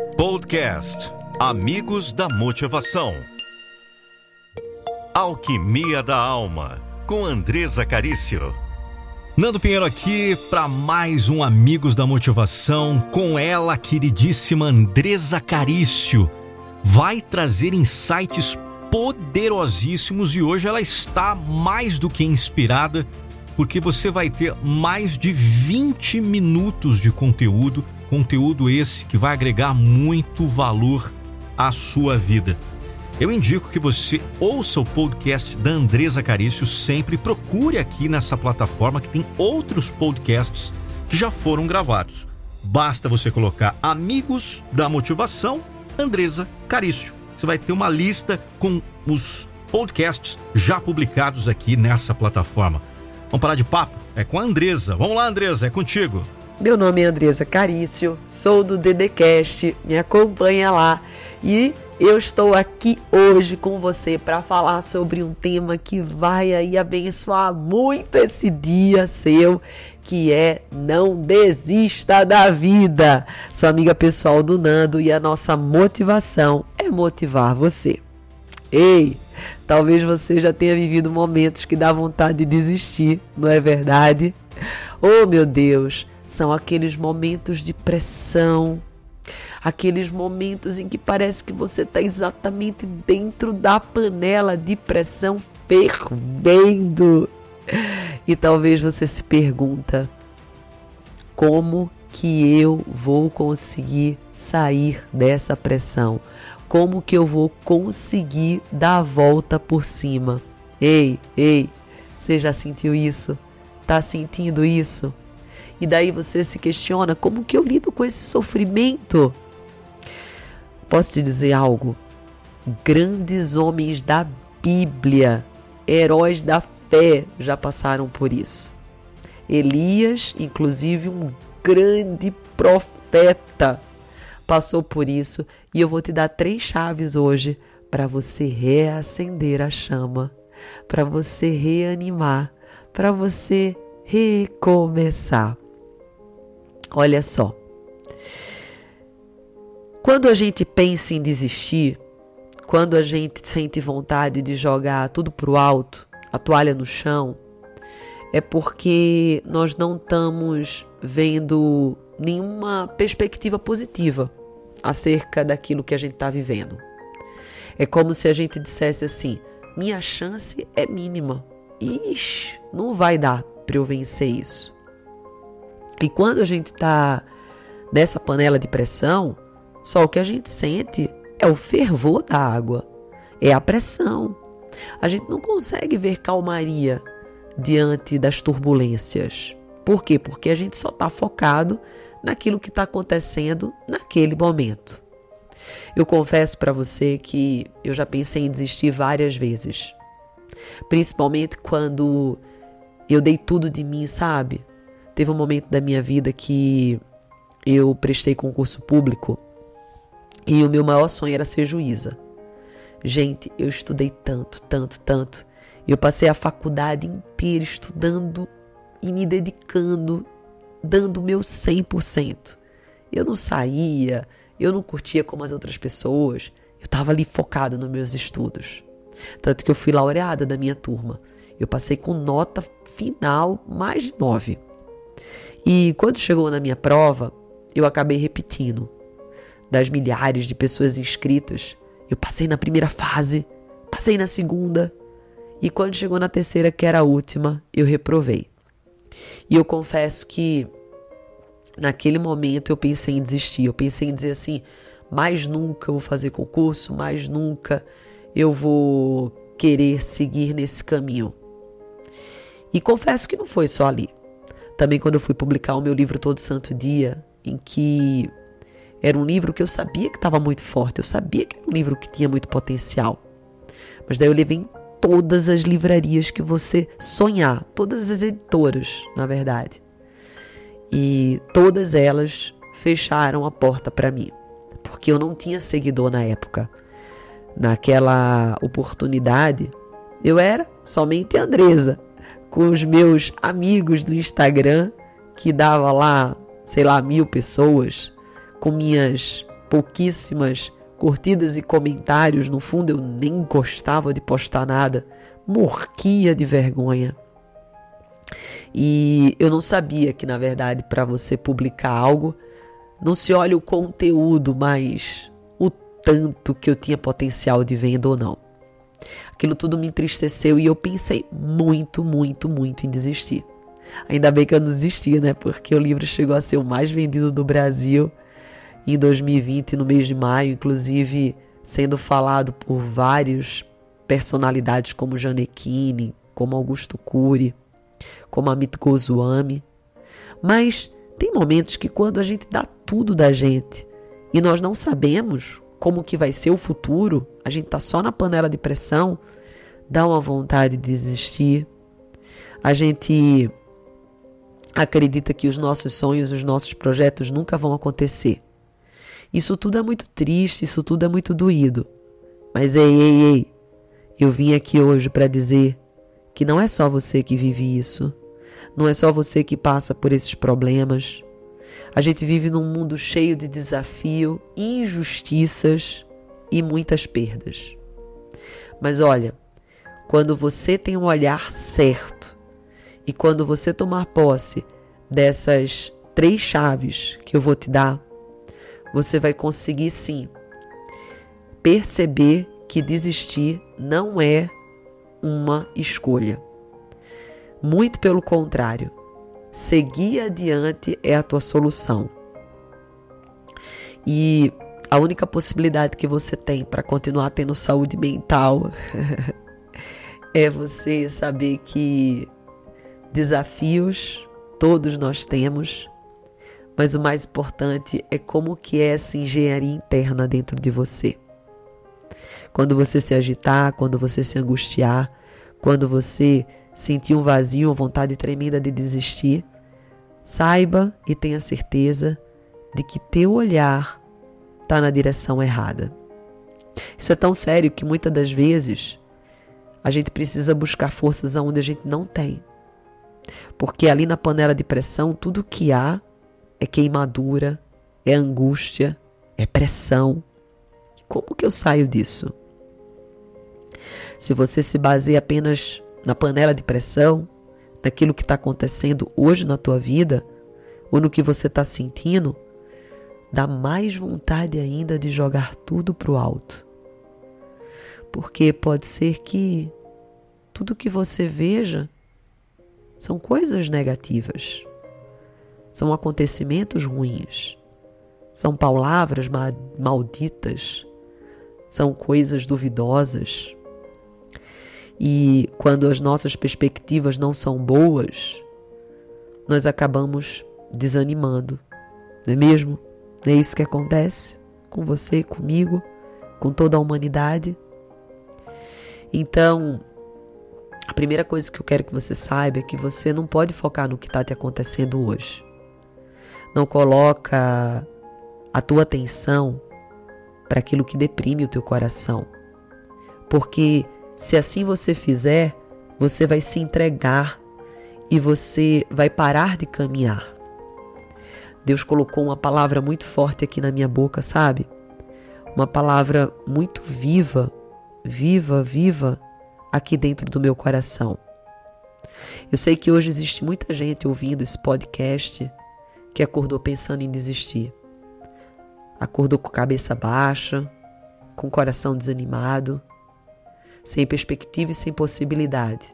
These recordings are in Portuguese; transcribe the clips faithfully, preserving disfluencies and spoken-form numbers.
Podcast Amigos da Motivação. Alquimia da Alma, com Andreza Carício. Nando Pinheiro aqui para mais um Amigos da Motivação, com ela, queridíssima Andreza Carício. Vai trazer insights poderosíssimos e hoje ela está mais do que inspirada, porque você vai ter mais de vinte minutos de conteúdo, conteúdo esse que vai agregar muito valor à sua vida. Eu indico que você ouça o podcast da Andreza Carício sempre, procure aqui nessa plataforma que tem outros podcasts que já foram gravados. Basta você colocar Amigos da Motivação, Andreza Carício. Você vai ter uma lista com os podcasts já publicados aqui nessa plataforma. Vamos parar de papo? É com a Andreza. Vamos lá, Andreza, é contigo. Meu nome é Andreza Carício, sou do DDCast, me acompanha lá e eu estou aqui hoje com você para falar sobre um tema que vai aí abençoar muito esse dia seu, que é não desista da vida. Sou amiga pessoal do Nando e a nossa motivação é motivar você. Ei, talvez você já tenha vivido momentos que dá vontade de desistir, não é verdade? Oh, meu Deus! São aqueles momentos de pressão, aqueles momentos em que parece que você está exatamente dentro da panela de pressão fervendo. E talvez você se pergunta, como que eu vou conseguir sair dessa pressão? Como que eu vou conseguir dar a volta por cima? Ei, ei, você já sentiu isso? Tá sentindo isso? E daí você se questiona, como que eu lido com esse sofrimento? Posso te dizer algo? Grandes homens da Bíblia, heróis da fé, já passaram por isso. Elias, inclusive um grande profeta, passou por isso. E eu vou te dar três chaves hoje para você reacender a chama, para você reanimar, para você recomeçar. Olha só, quando a gente pensa em desistir, quando a gente sente vontade de jogar tudo pro alto, a toalha no chão, é porque nós não estamos vendo nenhuma perspectiva positiva acerca daquilo que a gente está vivendo. É como se a gente dissesse assim, minha chance é mínima, ixi, não vai dar para eu vencer isso. E quando a gente está nessa panela de pressão, só o que a gente sente é o fervor da água, é a pressão. A gente não consegue ver calmaria diante das turbulências. Por quê? Porque a gente só está focado naquilo que está acontecendo naquele momento. Eu confesso para você que eu já pensei em desistir várias vezes, principalmente quando eu dei tudo de mim, sabe? Teve um momento da minha vida que eu prestei concurso público e o meu maior sonho era ser juíza. Gente, eu estudei tanto, tanto, tanto. Eu passei a faculdade inteira estudando e me dedicando, dando o meu cem por cento. Eu não saía, eu não curtia como as outras pessoas. Eu estava ali focado nos meus estudos. Tanto que eu fui laureada da minha turma. Eu passei com nota final mais de nove. E quando chegou na minha prova, eu acabei repetindo. Das milhares de pessoas inscritas, eu passei na primeira fase, passei na segunda. E quando chegou na terceira, que era a última, eu reprovei. E eu confesso que naquele momento eu pensei em desistir. Eu pensei em dizer assim, mais nunca eu vou fazer concurso, mais nunca eu vou querer seguir nesse caminho. E confesso que não foi só ali. Também quando eu fui publicar o meu livro Todo Santo Dia, em que era um livro que eu sabia que estava muito forte, eu sabia que era um livro que tinha muito potencial. Mas daí eu levei em todas as livrarias que você sonhar, todas as editoras, na verdade. E todas elas fecharam a porta para mim, porque eu não tinha seguidor na época. Naquela oportunidade, eu era somente Andreza, com os meus amigos do Instagram, que dava lá, sei lá, mil pessoas, com minhas pouquíssimas curtidas e comentários. No fundo, eu nem gostava de postar nada, morria de vergonha. E eu não sabia que, na verdade, para você publicar algo, não se olha o conteúdo, mas o tanto que eu tinha potencial de venda ou não. Aquilo tudo me entristeceu e eu pensei muito, muito, muito em desistir. Ainda bem que eu não desisti, né? Porque o livro chegou a ser o mais vendido do Brasil em dois mil e vinte, no mês de maio, inclusive sendo falado por várias personalidades como Janequine, como Augusto Cury, como Amit Goswami. Mas tem momentos que quando a gente dá tudo da gente e nós não sabemos como que vai ser o futuro, a gente tá só na panela de pressão, dá uma vontade de desistir. A gente acredita que os nossos sonhos, os nossos projetos nunca vão acontecer. Isso tudo é muito triste, isso tudo é muito doído. Mas ei, ei, ei, eu vim aqui hoje para dizer que não é só você que vive isso. Não é só você que passa por esses problemas. A gente vive num mundo cheio de desafio, injustiças e muitas perdas. Mas olha, quando você tem um olhar certo e quando você tomar posse dessas três chaves que eu vou te dar, você vai conseguir sim perceber que desistir não é uma escolha. Muito pelo contrário, seguir adiante é a tua solução. E a única possibilidade que você tem para continuar tendo saúde mental é você saber que desafios todos nós temos, mas o mais importante é como que é essa engenharia interna dentro de você. Quando você se agitar, quando você se angustiar, quando você sentir um vazio, uma vontade tremenda de desistir, saiba e tenha certeza de que teu olhar está na direção errada. Isso é tão sério que muitas das vezes a gente precisa buscar forças onde a gente não tem. Porque ali na panela de pressão, tudo que há é queimadura, é angústia, é pressão. Como que eu saio disso? Se você se baseia apenas na panela de pressão, naquilo que está acontecendo hoje na tua vida, ou no que você está sentindo, dá mais vontade ainda de jogar tudo para o alto. Porque pode ser que tudo que você veja são coisas negativas, são acontecimentos ruins, são palavras ma- malditas, são coisas duvidosas. E quando as nossas perspectivas não são boas, nós acabamos desanimando, não é mesmo? Não é isso que acontece com você, comigo, com toda a humanidade? Então, a primeira coisa que eu quero que você saiba é que você não pode focar no que está te acontecendo hoje. Não coloca a tua atenção para aquilo que deprime o teu coração. Porque se assim você fizer, você vai se entregar e você vai parar de caminhar. Deus colocou uma palavra muito forte aqui na minha boca, sabe? Uma palavra muito viva, viva, viva, aqui dentro do meu coração. Eu sei que hoje existe muita gente ouvindo esse podcast que acordou pensando em desistir. Acordou com a cabeça baixa, com o coração desanimado, sem perspectiva e sem possibilidade.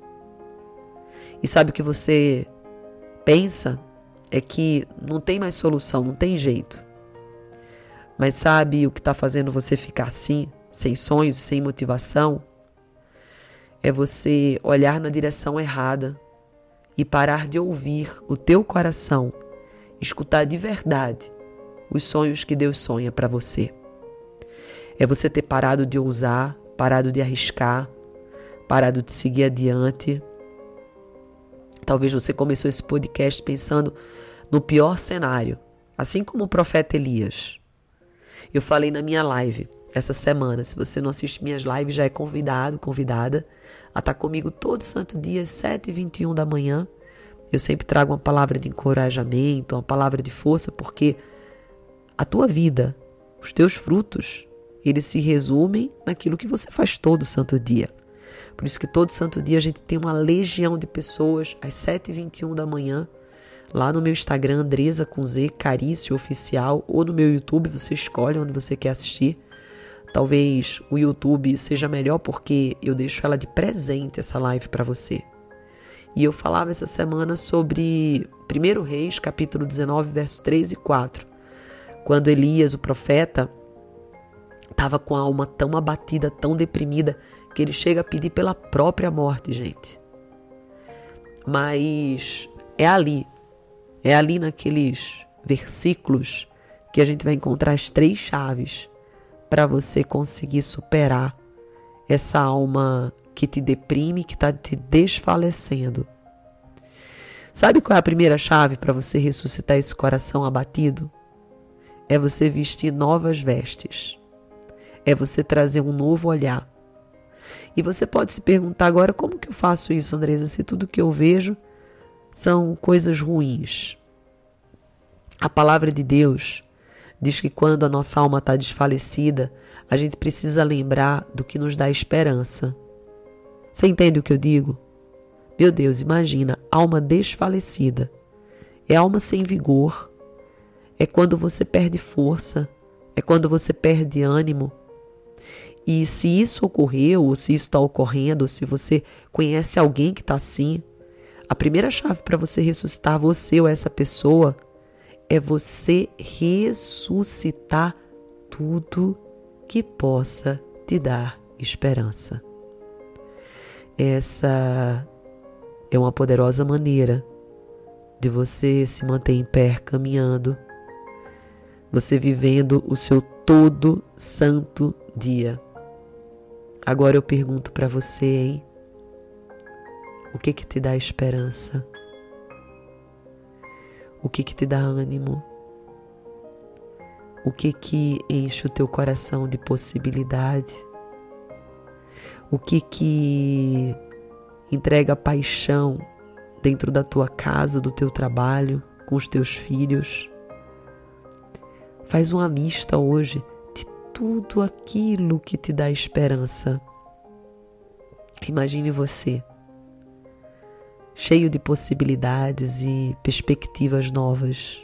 E sabe o que você pensa? É que não tem mais solução, não tem jeito. Mas sabe o que está fazendo você ficar assim, sem sonhos, sem motivação? É você olhar na direção errada e parar de ouvir o teu coração, escutar de verdade os sonhos que Deus sonha para você. É você ter parado de ousar, parado de arriscar, parado de seguir adiante. Talvez você começou esse podcast pensando no pior cenário, assim como o profeta Elias. Eu falei na minha live essa semana, se você não assiste minhas lives, já é convidado, convidada a estar comigo todo santo dia, às sete e vinte e um da manhã. Eu sempre trago uma palavra de encorajamento, uma palavra de força, porque a tua vida Os teus frutos, eles se resumem naquilo que você faz todo santo dia. Por isso que todo santo dia a gente tem uma legião de pessoas às sete e vinte e um da manhã, lá no meu Instagram, Andresa com Z, Carício Oficial, ou no meu YouTube, você escolhe onde você quer assistir. Talvez o YouTube seja melhor porque eu deixo ela de presente, essa live para você. E eu falava essa semana sobre primeiro Reis, capítulo dezenove, versos três e quatro. Quando Elias, o profeta, estava com a alma tão abatida, tão deprimida, que ele chega a pedir pela própria morte, gente. Mas é ali, é ali naqueles versículos que a gente vai encontrar as três chaves para você conseguir superar essa alma que te deprime, que está te desfalecendo. Sabe qual é a primeira chave para você ressuscitar esse coração abatido? É você vestir novas vestes. É você trazer um novo olhar. E você pode se perguntar agora, como que eu faço isso, Andresa, se tudo que eu vejo são coisas ruins? A palavra de Deus diz que quando a nossa alma está desfalecida, a gente precisa lembrar do que nos dá esperança. Você entende o que eu digo? Meu Deus, imagina, alma desfalecida. É alma sem vigor. É quando você perde força. É quando você perde ânimo. E se isso ocorreu, ou se isso está ocorrendo, ou se você conhece alguém que está assim, a primeira chave para você ressuscitar você ou essa pessoa é você ressuscitar tudo que possa te dar esperança. Essa é uma poderosa maneira de você se manter em pé caminhando, você vivendo o seu todo santo dia. Agora eu pergunto para você, hein? O que que te dá esperança? O que que te dá ânimo? O que que enche o teu coração de possibilidade? O que que entrega paixão dentro da tua casa, do teu trabalho, com os teus filhos? Faz uma lista hoje de tudo aquilo que te dá esperança. Imagine você, cheio de possibilidades e perspectivas novas.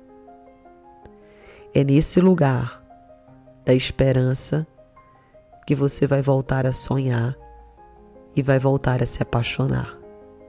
É nesse lugar da esperança que você vai voltar a sonhar e vai voltar a se apaixonar.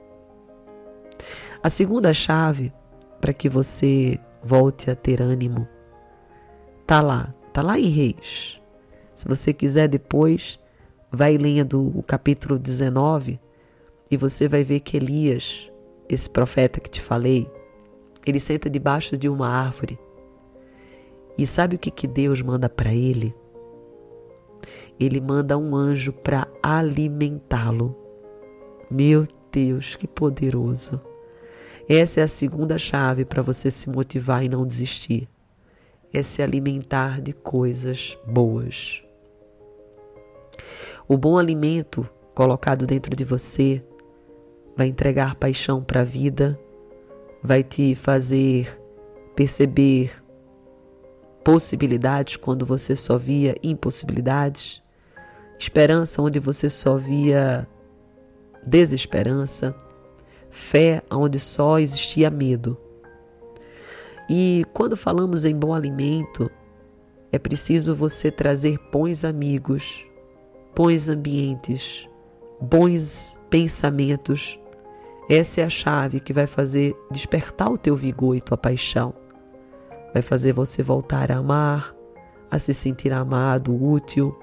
A segunda chave para que você volte a ter ânimo tá lá, tá lá em Reis. Se você quiser depois, vai lendo o capítulo dezenove e você vai ver que Elias, esse profeta que te falei, ele senta debaixo de uma árvore. E sabe o que, que Deus manda para ele? Ele manda um anjo para alimentá-lo. Meu Deus, que poderoso! Essa é a segunda chave para você se motivar e não desistir. É se alimentar de coisas boas. O bom alimento colocado dentro de você vai entregar paixão para a vida, vai te fazer perceber possibilidades quando você só via impossibilidades, esperança onde você só via desesperança, fé onde só existia medo. E quando falamos em bom alimento, é preciso você trazer bons amigos, bons ambientes, bons pensamentos. Essa é a chave que vai fazer despertar o teu vigor e tua paixão. Vai fazer você voltar a amar, a se sentir amado, útil.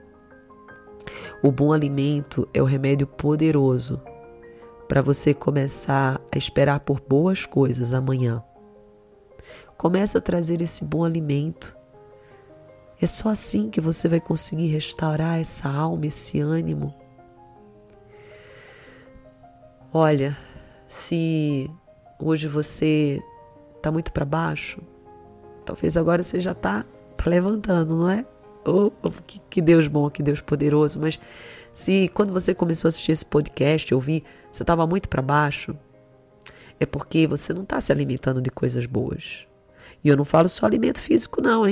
O bom alimento é o remédio poderoso para você começar a esperar por boas coisas amanhã. Começa a trazer esse bom alimento. É só assim que você vai conseguir restaurar essa alma, esse ânimo. Olha, se hoje você está muito para baixo, talvez agora você já está tá levantando, não é? Oh, oh, que, que Deus bom, que Deus poderoso. Mas se quando você começou a assistir esse podcast, ouvir, você estava muito para baixo, é porque você não está se alimentando de coisas boas. E eu não falo só alimento físico não, hein?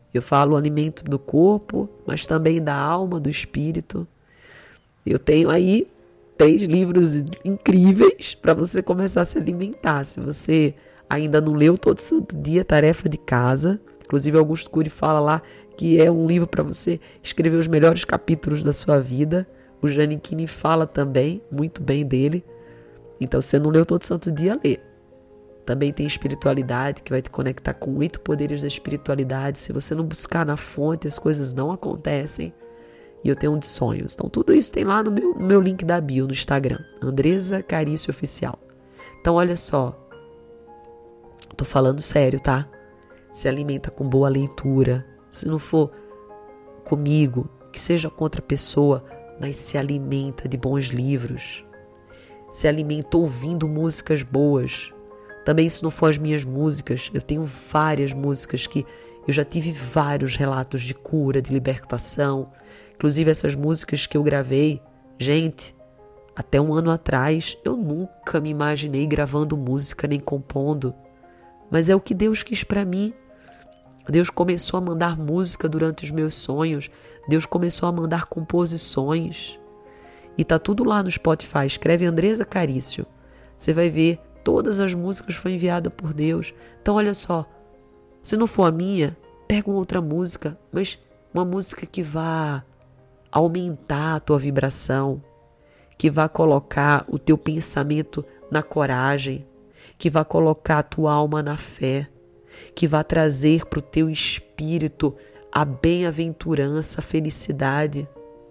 Eu falo alimento do corpo, mas também da alma, do espírito. Eu tenho aí três livros incríveis para você começar a se alimentar. Se você ainda não leu Todo Santo Dia, Tarefa de Casa, inclusive Augusto Cury fala lá que é um livro para você escrever os melhores capítulos da sua vida. O Giannichini fala também muito bem dele. Então, se você não leu Todo Santo Dia, lê. Também tem espiritualidade, que vai te conectar com oito poderes da espiritualidade. Se você não buscar na fonte, as coisas não acontecem. E eu tenho um de sonhos. Então, tudo isso tem lá no meu, no meu link da bio, no Instagram. Andreza Carício Oficial. Então, olha só. Tô falando sério, tá? Se alimenta com boa leitura. Se não for comigo, que seja com outra pessoa, mas se alimenta de bons livros. Se alimenta ouvindo músicas boas. Também, se não for as minhas músicas, eu tenho várias músicas que eu já tive vários relatos de cura, de libertação. Inclusive essas músicas que eu gravei, gente, até um ano atrás, eu nunca me imaginei gravando música nem compondo. Mas é o que Deus quis para mim. Deus começou a mandar música durante os meus sonhos. Deus começou a mandar composições. E tá tudo lá no Spotify. Escreve Andreza Carício. Você vai ver. Todas as músicas foram enviadas por Deus. Então, olha só. Se não for a minha, pega uma outra música. Mas uma música que vá aumentar a tua vibração. Que vá colocar o teu pensamento na coragem. Que vá colocar a tua alma na fé. Que vá trazer para o teu espírito a bem-aventurança, a felicidade.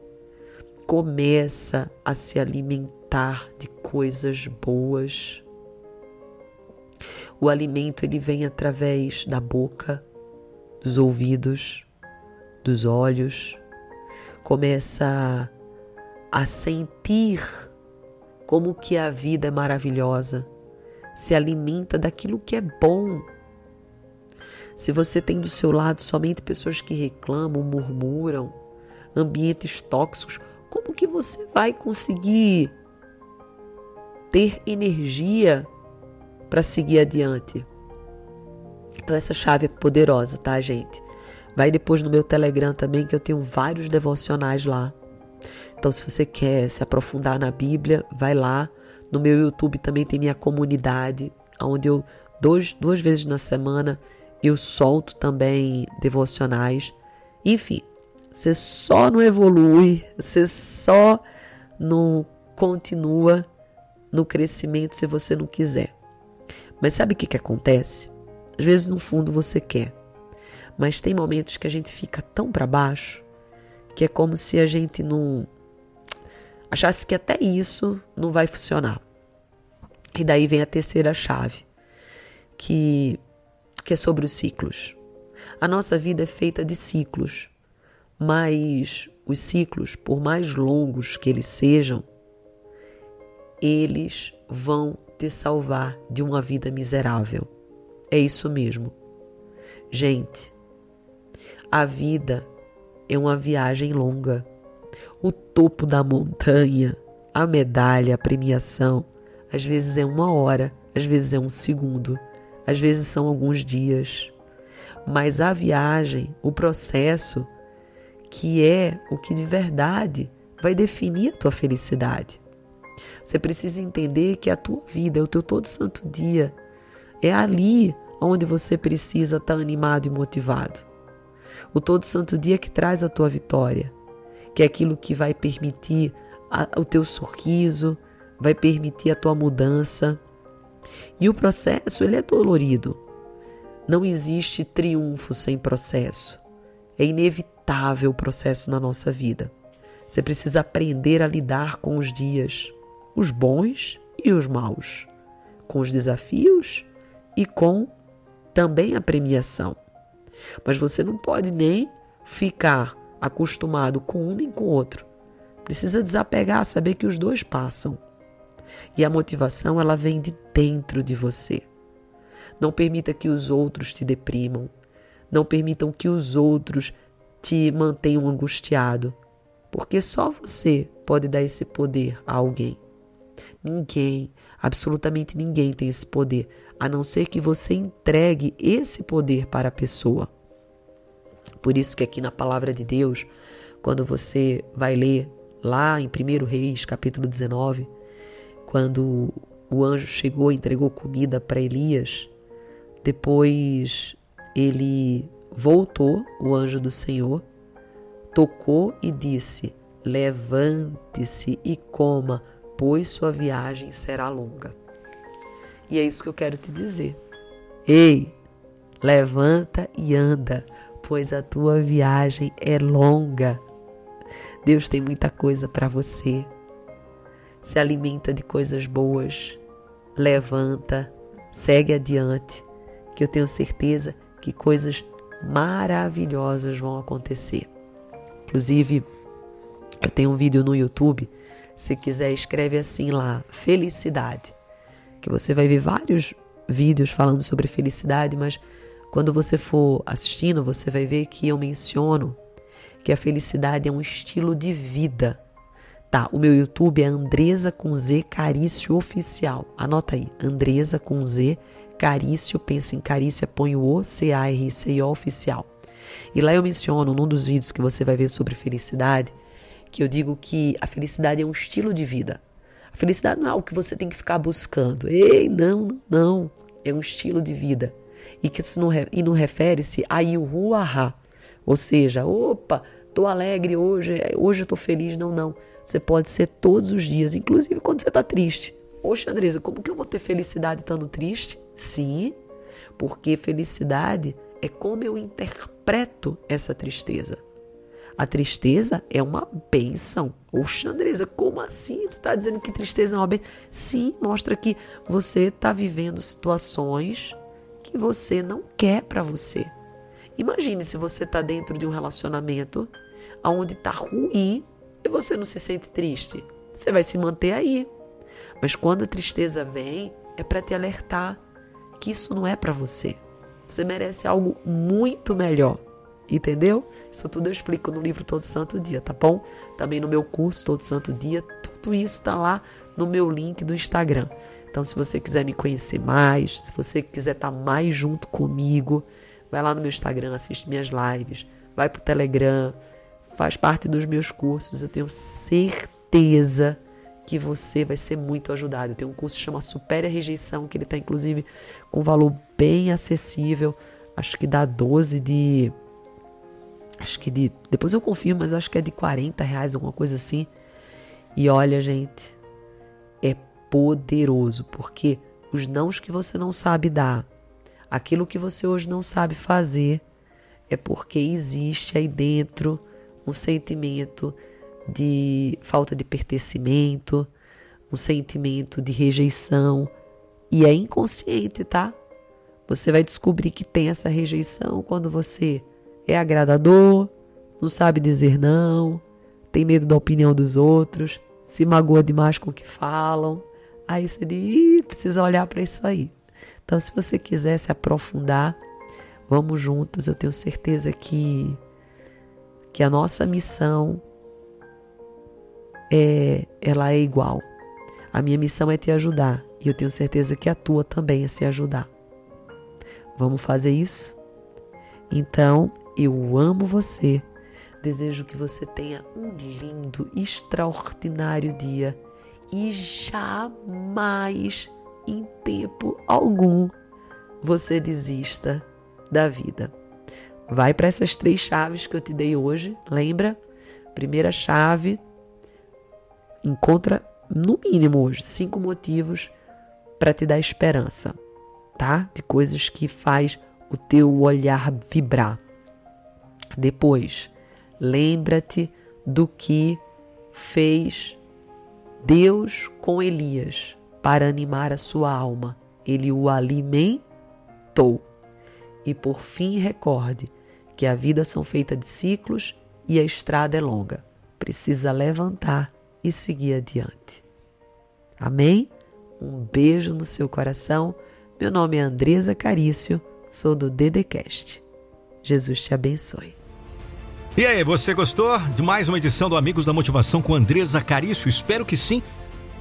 Começa a se alimentar de coisas boas. O alimento ele vem através da boca, dos ouvidos, dos olhos. Começa a sentir como que a vida é maravilhosa. Se alimenta daquilo que é bom. Se você tem do seu lado somente pessoas que reclamam, murmuram, ambientes tóxicos, como que você vai conseguir ter energia para seguir adiante? Então essa chave é poderosa, tá, gente? Vai depois no meu Telegram também, que eu tenho vários devocionais lá. Então, se você quer se aprofundar na Bíblia, vai lá. No meu YouTube também tem minha comunidade, onde eu, dois, duas vezes na semana, eu solto também devocionais. Enfim, você só não evolui, você só não continua no crescimento se você não quiser. Mas sabe o que, que acontece? Às vezes, no fundo, você quer. Mas tem momentos que a gente fica tão para baixo que é como se a gente não achasse que até isso não vai funcionar. E daí vem a terceira chave, que, que é sobre os ciclos. A nossa vida é feita de ciclos, mas os ciclos, por mais longos que eles sejam, eles vão te salvar de uma vida miserável. É isso mesmo. Gente, a vida é uma viagem longa. O topo da montanha, a medalha, a premiação, às vezes é uma hora, às vezes é um segundo, às vezes são alguns dias. Mas a viagem, o processo, que é o que de verdade vai definir a tua felicidade. Você precisa entender que a tua vida, é o teu todo santo dia, é ali onde você precisa estar animado e motivado. O todo santo dia que traz a tua vitória, que é aquilo que vai permitir a, o teu sorriso, vai permitir a tua mudança. E o processo, ele é dolorido. Não existe triunfo sem processo. É inevitável o processo na nossa vida. Você precisa aprender a lidar com os dias, os bons e os maus, com os desafios e com também a premiação. Mas você não pode nem ficar acostumado com um nem com o outro. Precisa desapegar, saber que os dois passam. E a motivação, ela vem de dentro de você. Não permita que os outros te deprimam. Não permitam que os outros te mantenham angustiado. Porque só você pode dar esse poder a alguém. Ninguém, absolutamente ninguém tem esse poder, a não ser que você entregue esse poder para a pessoa. Por isso que aqui na palavra de Deus, quando você vai ler lá em primeiro Reis, capítulo dezenove, quando o anjo chegou e entregou comida para Elias, depois ele voltou, o anjo do Senhor, tocou e disse: levante-se e coma, pois sua viagem será longa. E é isso que eu quero te dizer. Ei, levanta e anda, pois a tua viagem é longa. Deus tem muita coisa para você. Se alimenta de coisas boas. Levanta, segue adiante, que eu tenho certeza que coisas maravilhosas vão acontecer. Inclusive, eu tenho um vídeo no YouTube. Se quiser, escreve assim lá, felicidade. Que você vai ver vários vídeos falando sobre felicidade, mas quando você for assistindo, você vai ver que eu menciono que a felicidade é um estilo de vida. Tá, o meu YouTube é Andresa com Z Carício Oficial. Anota aí, Andresa com Z Carício, pensa em Carícia, põe o O, C A R C I O Oficial. E lá eu menciono, num dos vídeos que você vai ver sobre felicidade, que eu digo que a felicidade é um estilo de vida. A felicidade não é algo que você tem que ficar buscando. Ei, não, não, não. É um estilo de vida. E que isso não, e não refere-se a iuhu ahá. Ou seja, opa, tô alegre hoje, hoje eu tô feliz. Não, não. Você pode ser todos os dias, inclusive quando você tá triste. Poxa, Andresa, como que eu vou ter felicidade estando triste? Sim, porque felicidade é como eu interpreto essa tristeza. A tristeza é uma bênção. Oxa, Andresa, como assim? Tu tá dizendo que tristeza é uma bênção? Sim, mostra que você tá vivendo situações que você não quer para você. Imagine se você tá dentro de um relacionamento onde tá ruim e você não se sente triste. Você vai se manter aí. Mas quando a tristeza vem, é para te alertar que isso não é para você. Você merece algo muito melhor. Entendeu? Isso tudo eu explico no livro Todo Santo Dia, tá bom? Também no meu curso Todo Santo Dia. Tudo isso está lá no meu link do Instagram. Então, se você quiser me conhecer mais, se você quiser estar mais junto comigo, vai lá no meu Instagram, assiste minhas lives, vai pro Telegram, faz parte dos meus cursos. Eu tenho certeza que você vai ser muito ajudado. Eu tenho um curso que chama Supere a Rejeição, que ele está, inclusive, com um valor bem acessível. Acho que dá doze de... Acho que de... Depois eu confirmo, mas acho que é de quarenta reais, alguma coisa assim. E olha, gente, é poderoso, porque os nãos que você não sabe dar, aquilo que você hoje não sabe fazer, é porque existe aí dentro um sentimento de falta de pertencimento, um sentimento de rejeição, e é inconsciente, tá? Você vai descobrir que tem essa rejeição quando você é agradador, não sabe dizer não, tem medo da opinião dos outros, se magoa demais com o que falam. Aí você diz, precisa olhar para isso aí. Então, se você quiser se aprofundar, vamos juntos. Eu tenho certeza que, que a nossa missão é, ela é igual. A minha missão é te ajudar e eu tenho certeza que a tua também é se ajudar. Vamos fazer isso? Então, eu amo você. Desejo que você tenha um lindo, extraordinário dia e jamais, em tempo algum, você desista da vida. Vai para essas três chaves que eu te dei hoje, lembra? Primeira chave, encontra no mínimo hoje cinco motivos para te dar esperança, tá? De coisas que faz o teu olhar vibrar. Depois, lembra-te do que fez Deus com Elias para animar a sua alma. Ele o alimentou. E por fim, recorde que a vida são feitas de ciclos e a estrada é longa. Precisa levantar e seguir adiante. Amém? Um beijo no seu coração. Meu nome é Andresa Carício, sou do DDCast. Jesus te abençoe. E aí, você gostou de mais uma edição do Amigos da Motivação com Andresa Carício? Espero que sim.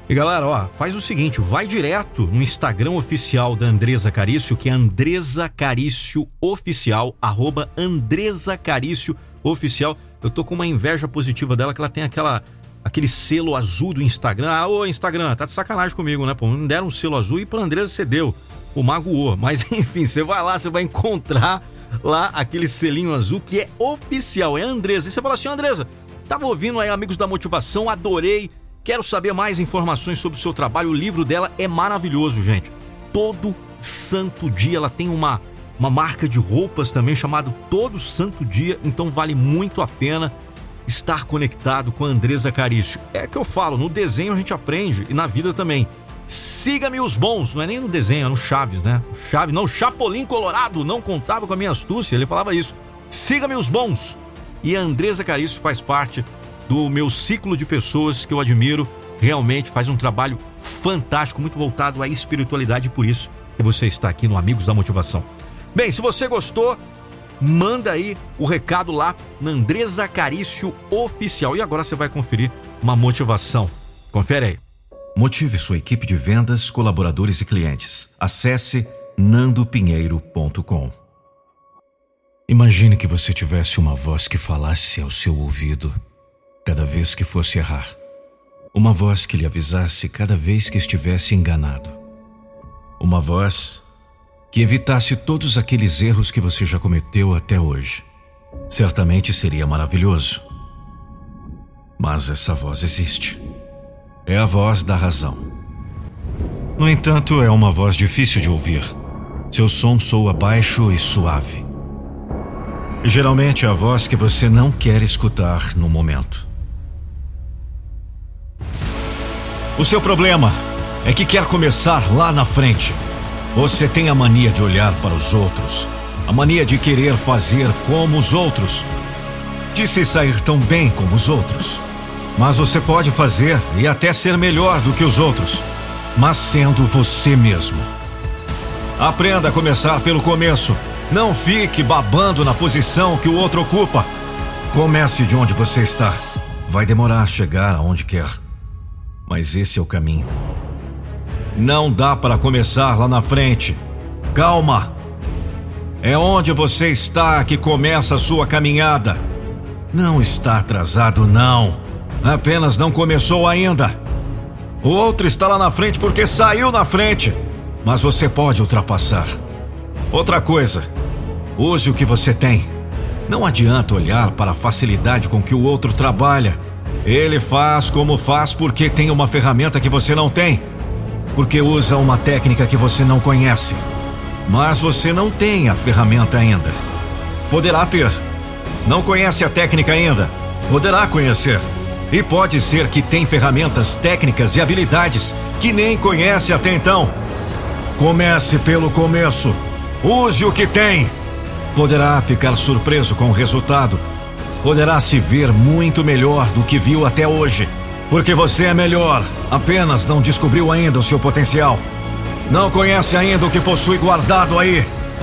E galera, ó, faz o seguinte, vai direto no Instagram oficial da Andreza Carício, que é Andreza Carício Oficial, arroba Andreza Carício Oficial. Eu tô com uma inveja positiva dela, que ela tem aquela, aquele selo azul do Instagram. Ah, ô Instagram, tá de sacanagem comigo, né, pô? Me deram um selo azul e pra Andreza você deu, o magoou. Mas enfim, você vai lá, você vai encontrar lá aquele selinho azul que é oficial, é Andreza. E você fala assim, Andreza, tava ouvindo aí Amigos da Motivação, adorei. Quero saber mais informações sobre o seu trabalho. O livro dela é maravilhoso, gente. Todo santo dia ela tem uma, uma marca de roupas também chamada Todo Santo Dia. Então vale muito a pena estar conectado com a Andreza Carício. É que eu falo, no desenho a gente aprende e na vida também. Siga-me os bons, não é nem no desenho, é no Chaves, né? Chaves, não, Chapolin Colorado não contava com a minha astúcia, ele falava isso. Siga-me os bons. E a Andreza Carício faz parte do meu ciclo de pessoas que eu admiro, realmente faz um trabalho fantástico, muito voltado à espiritualidade, e por isso que você está aqui no Amigos da Motivação. Bem, se você gostou, manda aí o recado lá na Andreza Carício Oficial. E agora você vai conferir uma motivação. Confere aí. Motive sua equipe de vendas, colaboradores e clientes. Acesse nando pinheiro ponto com. Imagine que você tivesse uma voz que falasse ao seu ouvido cada vez que fosse errar. Uma voz que lhe avisasse cada vez que estivesse enganado. Uma voz que evitasse todos aqueles erros que você já cometeu até hoje. Certamente seria maravilhoso. Mas essa voz existe. É a voz da razão. No entanto, é uma voz difícil de ouvir. Seu som soa baixo e suave. E geralmente é a voz que você não quer escutar no momento. O seu problema é que quer começar lá na frente. Você tem a mania de olhar para os outros, a mania de querer fazer como os outros, de se sair tão bem como os outros. Mas você pode fazer e até ser melhor do que os outros, mas sendo você mesmo. Aprenda a começar pelo começo. Não fique babando na posição que o outro ocupa. Comece de onde você está. Vai demorar a chegar aonde quer, mas esse é o caminho. Não dá para começar lá na frente. Calma. É onde você está que começa a sua caminhada. Não está atrasado, não. Apenas não começou ainda. O outro está lá na frente porque saiu na frente, mas você pode ultrapassar. Outra coisa, use o que você tem. Não adianta olhar para a facilidade com que o outro trabalha. Ele faz como faz porque tem uma ferramenta que você não tem, porque usa uma técnica que você não conhece. Mas você não tem a ferramenta ainda. Poderá ter. Não conhece a técnica ainda. Poderá conhecer. E pode ser que tem ferramentas, técnicas e habilidades que nem conhece até então. Comece pelo começo. Use o que tem. Poderá ficar surpreso com o resultado. Poderá se ver muito melhor do que viu até hoje, porque você é melhor, apenas não descobriu ainda o seu potencial. Não conhece ainda o que possui guardado aí.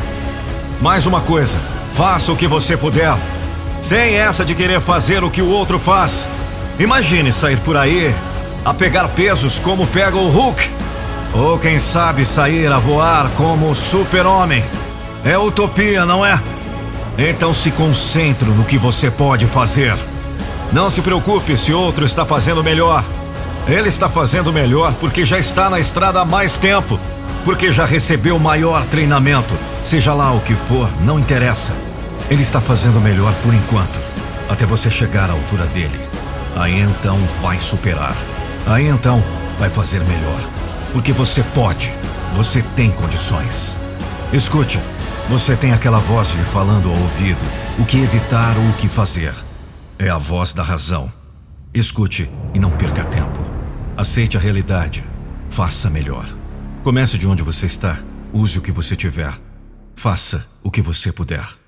Mais uma coisa, faça o que você puder, sem essa de querer fazer o que o outro faz. Imagine sair por aí a pegar pesos como pega o Hulk, ou quem sabe sair a voar como o Super-Homem. É utopia, não é? Então se concentre no que você pode fazer. Não se preocupe se outro está fazendo melhor. Ele está fazendo melhor porque já está na estrada há mais tempo, porque já recebeu maior treinamento. Seja lá o que for, não interessa. Ele está fazendo melhor por enquanto, até você chegar à altura dele. Aí então vai superar. Aí então vai fazer melhor, porque você pode, você tem condições. Escute. Você tem aquela voz lhe falando ao ouvido o que evitar ou o que fazer. É a voz da razão. Escute e não perca tempo. Aceite a realidade. Faça melhor. Comece de onde você está. Use o que você tiver. Faça o que você puder.